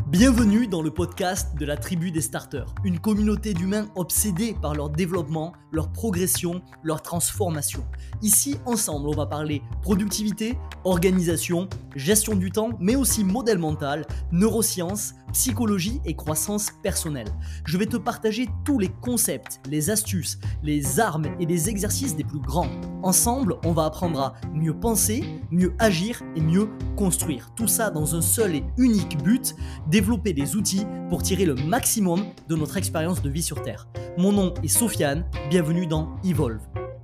Bienvenue dans le podcast de la tribu des starters, une communauté d'humains obsédés par leur développement, leur progression, leur transformation. Ici, ensemble, on va parler productivité, organisation, gestion du temps, mais aussi modèle mental, neurosciences, psychologie et croissance personnelle. Je vais te partager tous les concepts, les astuces, les armes et les exercices des plus grands. Ensemble, on va apprendre à mieux penser, mieux agir et mieux construire. Tout ça dans un seul et unique but, développer des outils pour tirer le maximum de notre expérience de vie sur Terre. Mon nom est Sofiane, bienvenue dans Evolve.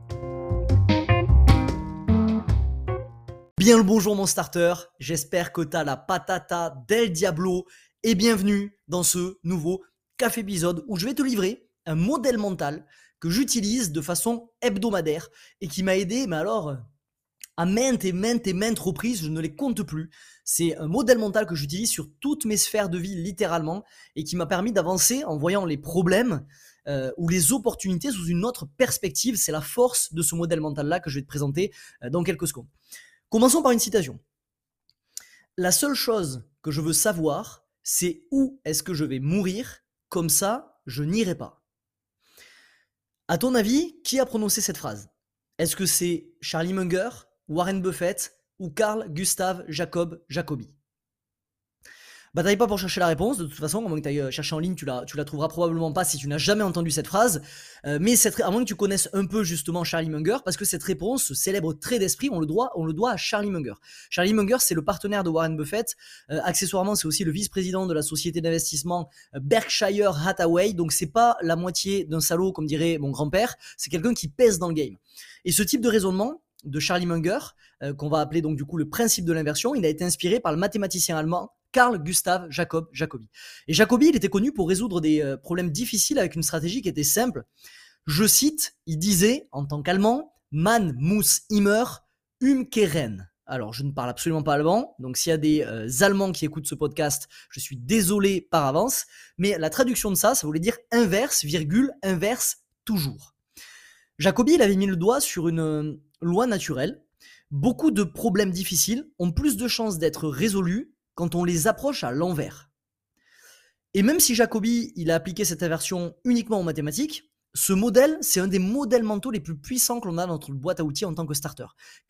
Bien le bonjour mon starter, j'espère que t'as la patata del diablo et bienvenue dans ce nouveau café épisode où je vais te livrer un modèle mental que j'utilise de façon hebdomadaire et qui m'a aidé, mais alors à maintes et maintes reprises, je ne les compte plus. C'est un modèle mental que j'utilise sur toutes mes sphères de vie littéralement et qui m'a permis d'avancer en voyant les problèmes ou les opportunités sous une autre perspective. C'est la force de ce modèle mental-là que je vais te présenter dans quelques secondes. Commençons par une citation. La seule chose que je veux savoir, c'est où est-ce que je vais mourir, comme ça, je n'irai pas. À ton avis, qui a prononcé cette phrase ? Est-ce que c'est Charlie Munger, Warren Buffett ou Carl Gustav Jacob Jacobi ? Bataille pas pour chercher la réponse, de toute façon, à moins que tu ailles chercher en ligne, tu la trouveras probablement pas si tu n'as jamais entendu cette phrase, mais à moins que tu connaisses un peu justement Charlie Munger, parce que cette réponse, ce célèbre trait d'esprit, on le doit à Charlie Munger. Charlie Munger, c'est le partenaire de Warren Buffett, accessoirement c'est aussi le vice-président de la société d'investissement Berkshire Hathaway, donc c'est pas la moitié d'un salaud comme dirait mon grand-père, c'est quelqu'un qui pèse dans le game. Et ce type de raisonnement de Charlie Munger, qu'on va appeler donc du coup le principe de l'inversion, il a été inspiré par le mathématicien allemand Carl Gustav Jacob Jacobi. Et Jacobi, il était connu pour résoudre des problèmes difficiles avec une stratégie qui était simple. Je cite, il disait en tant qu'allemand, Man muss immer umkehren. Alors, je ne parle absolument pas allemand, donc s'il y a des Allemands qui écoutent ce podcast, je suis désolé par avance, mais la traduction de ça voulait dire inverse, virgule, inverse, toujours. Jacobi, il avait mis le doigt sur une loi naturelle. Beaucoup de problèmes difficiles ont plus de chances d'être résolus quand on les approche à l'envers. Et même si Jacobi, il a appliqué cette inversion uniquement aux mathématiques, ce modèle, c'est un des modèles mentaux les plus puissants que l'on a dans notre boîte à outils en tant que starter.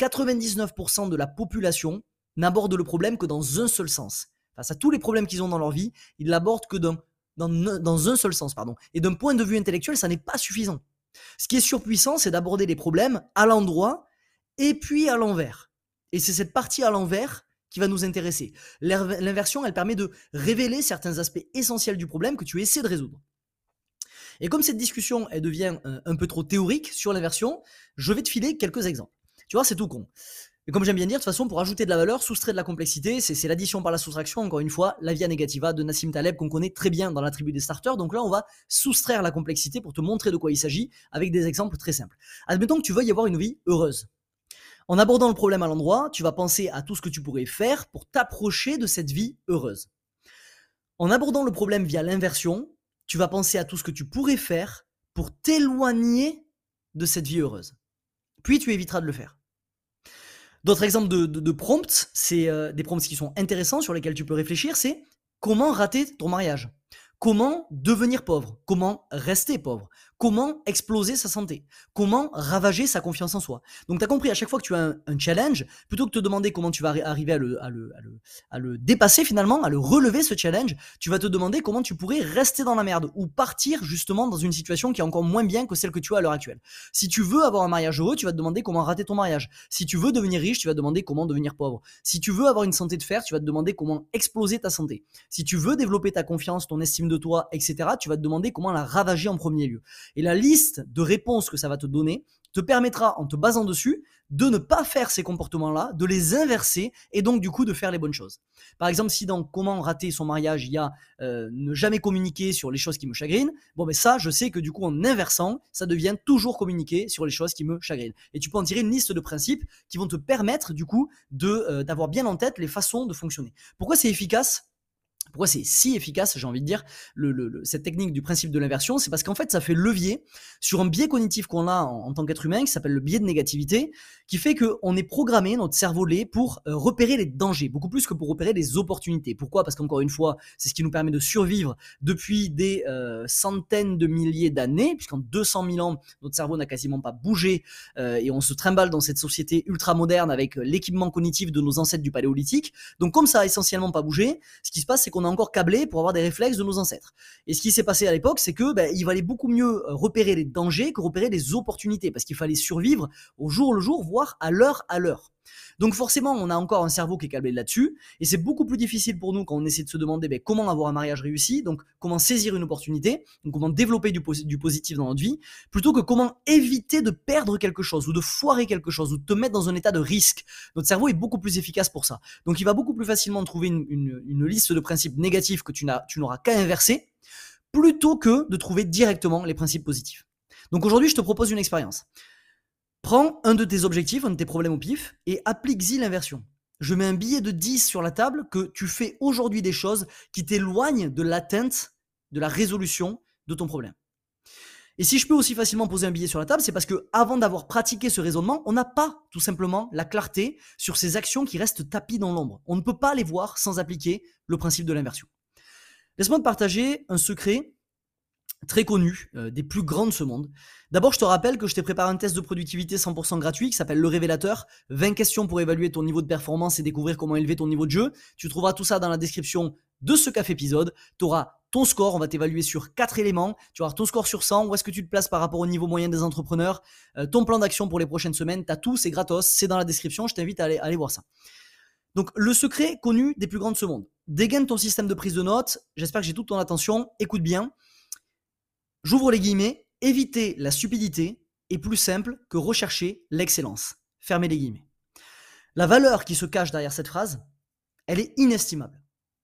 99% de la population n'aborde le problème que dans un seul sens. Face à tous les problèmes qu'ils ont dans leur vie, ils l'abordent que dans un seul sens. Et d'un point de vue intellectuel, ça n'est pas suffisant. Ce qui est surpuissant, c'est d'aborder les problèmes à l'endroit et puis à l'envers. Et c'est cette partie à l'envers qui va nous intéresser. L'inversion, elle permet de révéler certains aspects essentiels du problème que tu essaies de résoudre. Et comme cette discussion, elle devient un peu trop théorique sur l'inversion, je vais te filer quelques exemples. Tu vois, c'est tout con. Et comme j'aime bien dire, de toute façon, pour ajouter de la valeur, soustrait de la complexité, c'est l'addition par la soustraction, encore une fois, la via negativa de Nassim Taleb, qu'on connaît très bien dans la tribu des starters. Donc là, on va soustraire la complexité pour te montrer de quoi il s'agit, avec des exemples très simples. Admettons que tu veuilles y avoir une vie heureuse. En abordant le problème à l'endroit, tu vas penser à tout ce que tu pourrais faire pour t'approcher de cette vie heureuse. En abordant le problème via l'inversion, tu vas penser à tout ce que tu pourrais faire pour t'éloigner de cette vie heureuse. Puis tu éviteras de le faire. D'autres exemples de prompts, c'est des prompts qui sont intéressants sur lesquels tu peux réfléchir, c'est comment rater ton mariage ? Comment devenir pauvre ? Comment rester pauvre ? Comment exploser sa santé ? Comment ravager sa confiance en soi ? Donc tu as compris, à chaque fois que tu as un challenge, plutôt que de te demander comment tu vas arriver à le dépasser finalement, à le relever ce challenge, tu vas te demander comment tu pourrais rester dans la merde ou partir justement dans une situation qui est encore moins bien que celle que tu as à l'heure actuelle. Si tu veux avoir un mariage heureux, tu vas te demander comment rater ton mariage. Si tu veux devenir riche, tu vas te demander comment devenir pauvre. Si tu veux avoir une santé de fer, tu vas te demander comment exploser ta santé. Si tu veux développer ta confiance, ton estime de toi, etc., tu vas te demander comment la ravager en premier lieu. Et la liste de réponses que ça va te donner te permettra, en te basant dessus, de ne pas faire ces comportements-là, de les inverser et donc du coup de faire les bonnes choses. Par exemple, si dans comment rater son mariage, il y a ne jamais communiquer sur les choses qui me chagrinent, bon ben ça, je sais que du coup en inversant, ça devient toujours communiquer sur les choses qui me chagrinent. Et tu peux en tirer une liste de principes qui vont te permettre du coup d'avoir bien en tête les façons de fonctionner. Pourquoi c'est efficace ? Pourquoi c'est si efficace, j'ai envie de dire, cette technique du principe de l'inversion, c'est parce qu'en fait, ça fait levier sur un biais cognitif qu'on a en tant qu'être humain, qui s'appelle le biais de négativité, qui fait qu'on est programmé, notre cerveau l'est, pour repérer les dangers, beaucoup plus que pour repérer les opportunités. Pourquoi? Parce qu'encore une fois, c'est ce qui nous permet de survivre depuis des centaines de milliers d'années, puisqu'en 200 000 ans, notre cerveau n'a quasiment pas bougé, et on se trimballe dans cette société ultra moderne avec l'équipement cognitif de nos ancêtres du paléolithique. Donc comme ça a essentiellement pas bougé, ce qui se passe, c'est qu'on est encore câblé pour avoir des réflexes de nos ancêtres. Et ce qui s'est passé à l'époque, c'est que il valait beaucoup mieux repérer les dangers que repérer les opportunités, parce qu'il fallait survivre au jour le jour, voire à l'heure à l'heure. Donc forcément, on a encore un cerveau qui est câblé là-dessus, et c'est beaucoup plus difficile pour nous quand on essaie de se demander comment avoir un mariage réussi, donc comment saisir une opportunité, donc comment développer du positif dans notre vie, plutôt que comment éviter de perdre quelque chose, ou de foirer quelque chose, ou de te mettre dans un état de risque. Notre cerveau est beaucoup plus efficace pour ça. Donc il va beaucoup plus facilement trouver une liste de principes négatifs que tu n'auras qu'à inverser, plutôt que de trouver directement les principes positifs. Donc aujourd'hui, je te propose une expérience. Prends un de tes objectifs, un de tes problèmes au pif, et applique-y l'inversion. Je mets un billet de 10 sur la table que tu fais aujourd'hui des choses qui t'éloignent de l'atteinte, de la résolution de ton problème. Et si je peux aussi facilement poser un billet sur la table, c'est parce que avant d'avoir pratiqué ce raisonnement, on n'a pas tout simplement la clarté sur ces actions qui restent tapies dans l'ombre. On ne peut pas les voir sans appliquer le principe de l'inversion. Laisse-moi te partager un secret très connu, des plus grands de ce monde. D'abord, je te rappelle que je t'ai préparé un test de productivité 100% gratuit qui s'appelle Le Révélateur. 20 questions pour évaluer ton niveau de performance et découvrir comment élever ton niveau de jeu. Tu trouveras tout ça dans la description de ce café épisode. Tu auras ton score, on va t'évaluer sur 4 éléments. Tu auras ton score sur 100, où est-ce que tu te places par rapport au niveau moyen des entrepreneurs, ton plan d'action pour les prochaines semaines. Tu as tout, c'est gratos, c'est dans la description, je t'invite à aller voir ça. Donc, le secret connu des plus grands de ce monde. Dégaine ton système de prise de notes. J'espère que j'ai toute ton attention. Écoute bien. J'ouvre les guillemets, éviter la stupidité est plus simple que rechercher l'excellence. Fermez les guillemets. La valeur qui se cache derrière cette phrase, elle est inestimable.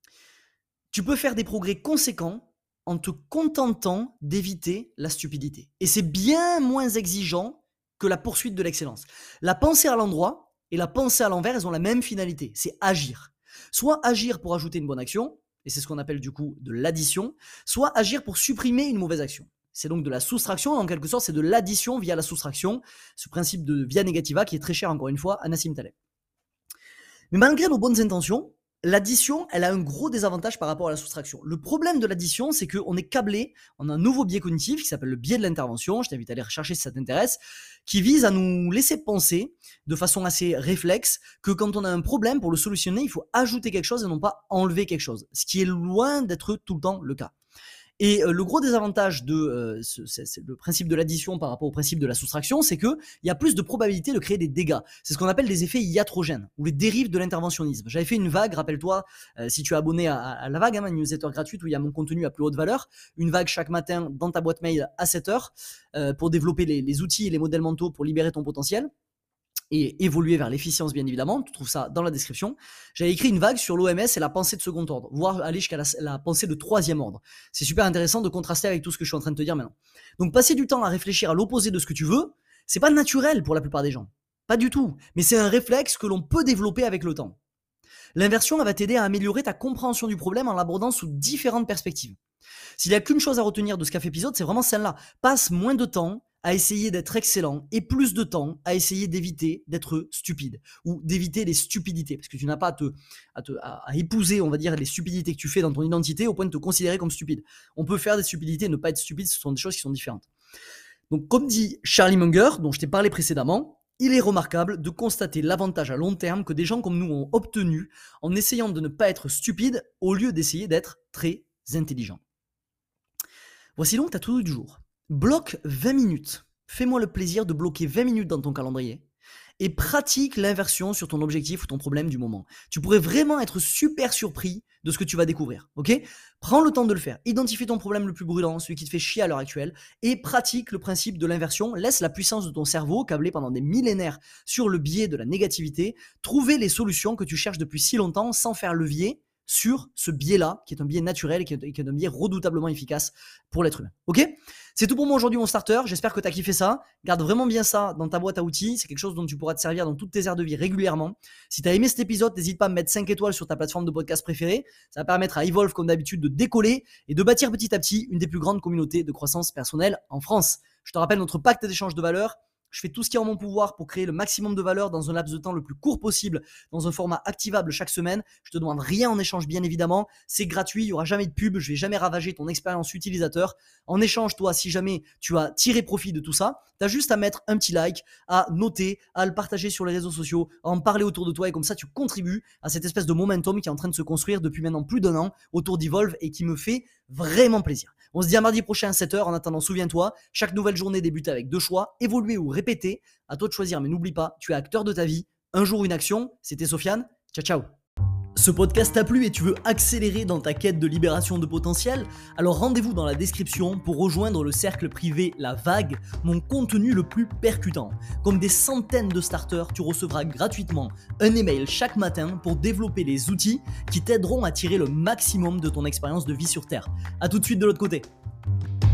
Tu peux faire des progrès conséquents en te contentant d'éviter la stupidité. Et c'est bien moins exigeant que la poursuite de l'excellence. La pensée à l'endroit et la pensée à l'envers, elles ont la même finalité, c'est agir. Soit agir pour ajouter une bonne action, et c'est ce qu'on appelle du coup de l'addition, soit agir pour supprimer une mauvaise action. C'est donc de la soustraction, en quelque sorte c'est de l'addition via la soustraction, ce principe de via negativa qui est très cher encore une fois à Nassim Taleb. Mais malgré nos bonnes intentions, l'addition, elle a un gros désavantage par rapport à la soustraction. Le problème de l'addition, c'est qu'on est câblé en un nouveau biais cognitif qui s'appelle le biais de l'intervention, je t'invite à aller rechercher si ça t'intéresse, qui vise à nous laisser penser de façon assez réflexe que quand on a un problème, pour le solutionner, il faut ajouter quelque chose et non pas enlever quelque chose, ce qui est loin d'être tout le temps le cas. Et le gros désavantage de le principe de l'addition par rapport au principe de la soustraction, c'est qu'il y a plus de probabilité de créer des dégâts. C'est ce qu'on appelle des effets iatrogènes ou les dérives de l'interventionnisme. J'avais fait une vague, rappelle-toi, si tu es abonné à la vague, une newsletter gratuite où il y a mon contenu à plus haute valeur, une vague chaque matin dans ta boîte mail à 7h pour développer les outils et les modèles mentaux pour libérer ton potentiel et évoluer vers l'efficience, bien évidemment. Tu trouves ça dans la description. J'avais écrit une vague sur l'OMS et la pensée de second ordre, voire aller jusqu'à la pensée de troisième ordre. C'est super intéressant de contraster avec tout ce que je suis en train de te dire maintenant. Donc, passer du temps à réfléchir à l'opposé de ce que tu veux, c'est pas naturel pour la plupart des gens. Pas du tout. Mais c'est un réflexe que l'on peut développer avec le temps. L'inversion, elle va t'aider à améliorer ta compréhension du problème en l'abordant sous différentes perspectives. S'il n'y a qu'une chose à retenir de ce café épisode, c'est vraiment celle-là. Passe moins de temps à essayer d'être excellent et plus de temps à essayer d'éviter d'être stupide ou d'éviter les stupidités, parce que tu n'as pas à épouser, on va dire, les stupidités que tu fais dans ton identité au point de te considérer comme stupide. On peut faire des stupidités et ne pas être stupide, ce sont des choses qui sont différentes. Donc comme dit Charlie Munger, dont je t'ai parlé précédemment, il est remarquable de constater l'avantage à long terme que des gens comme nous ont obtenu en essayant de ne pas être stupide au lieu d'essayer d'être très intelligent. Voici donc ta to-do du jour. Bloque 20 minutes. Fais-moi le plaisir de bloquer 20 minutes dans ton calendrier et pratique l'inversion sur ton objectif ou ton problème du moment. Tu pourrais vraiment être super surpris de ce que tu vas découvrir. Ok ? Prends le temps de le faire. Identifie ton problème le plus brûlant, celui qui te fait chier à l'heure actuelle, et pratique le principe de l'inversion. Laisse la puissance de ton cerveau, câblé pendant des millénaires sur le biais de la négativité, trouver les solutions que tu cherches depuis si longtemps sans faire levier sur ce biais-là, qui est un biais naturel et qui est un biais redoutablement efficace pour l'être humain. Ok ? C'est tout pour moi aujourd'hui, mon starter. J'espère que tu as kiffé ça. Garde vraiment bien ça dans ta boîte à outils. C'est quelque chose dont tu pourras te servir dans toutes tes aires de vie régulièrement. Si tu as aimé cet épisode, n'hésite pas à me mettre 5 étoiles sur ta plateforme de podcast préférée. Ça va permettre à Evolve, comme d'habitude, de décoller et de bâtir petit à petit une des plus grandes communautés de croissance personnelle en France. Je te rappelle notre pacte d'échange de valeur. Je fais tout ce qui est en mon pouvoir pour créer le maximum de valeur dans un laps de temps le plus court possible, dans un format activable chaque semaine. Je te demande rien en échange, bien évidemment. C'est gratuit, il n'y aura jamais de pub, je ne vais jamais ravager ton expérience utilisateur. En échange, toi, si jamais tu as tiré profit de tout ça, tu as juste à mettre un petit like, à noter, à le partager sur les réseaux sociaux, à en parler autour de toi et comme ça, tu contribues à cette espèce de momentum qui est en train de se construire depuis maintenant plus d'1 an autour d'Evolve et qui me fait vraiment plaisir. On se dit à mardi prochain à 7h. En attendant, souviens-toi, chaque nouvelle journée débute avec 2 choix, évoluer ou répéter. À toi de choisir, mais n'oublie pas, tu es acteur de ta vie. Un jour, une action. C'était Sofiane. Ciao, ciao. Ce podcast t'a plu et tu veux accélérer dans ta quête de libération de potentiel? Alors rendez-vous dans la description pour rejoindre le cercle privé La Vague, mon contenu le plus percutant. Comme des centaines de starters, tu recevras gratuitement un email chaque matin pour développer les outils qui t'aideront à tirer le maximum de ton expérience de vie sur Terre. A tout de suite de l'autre côté.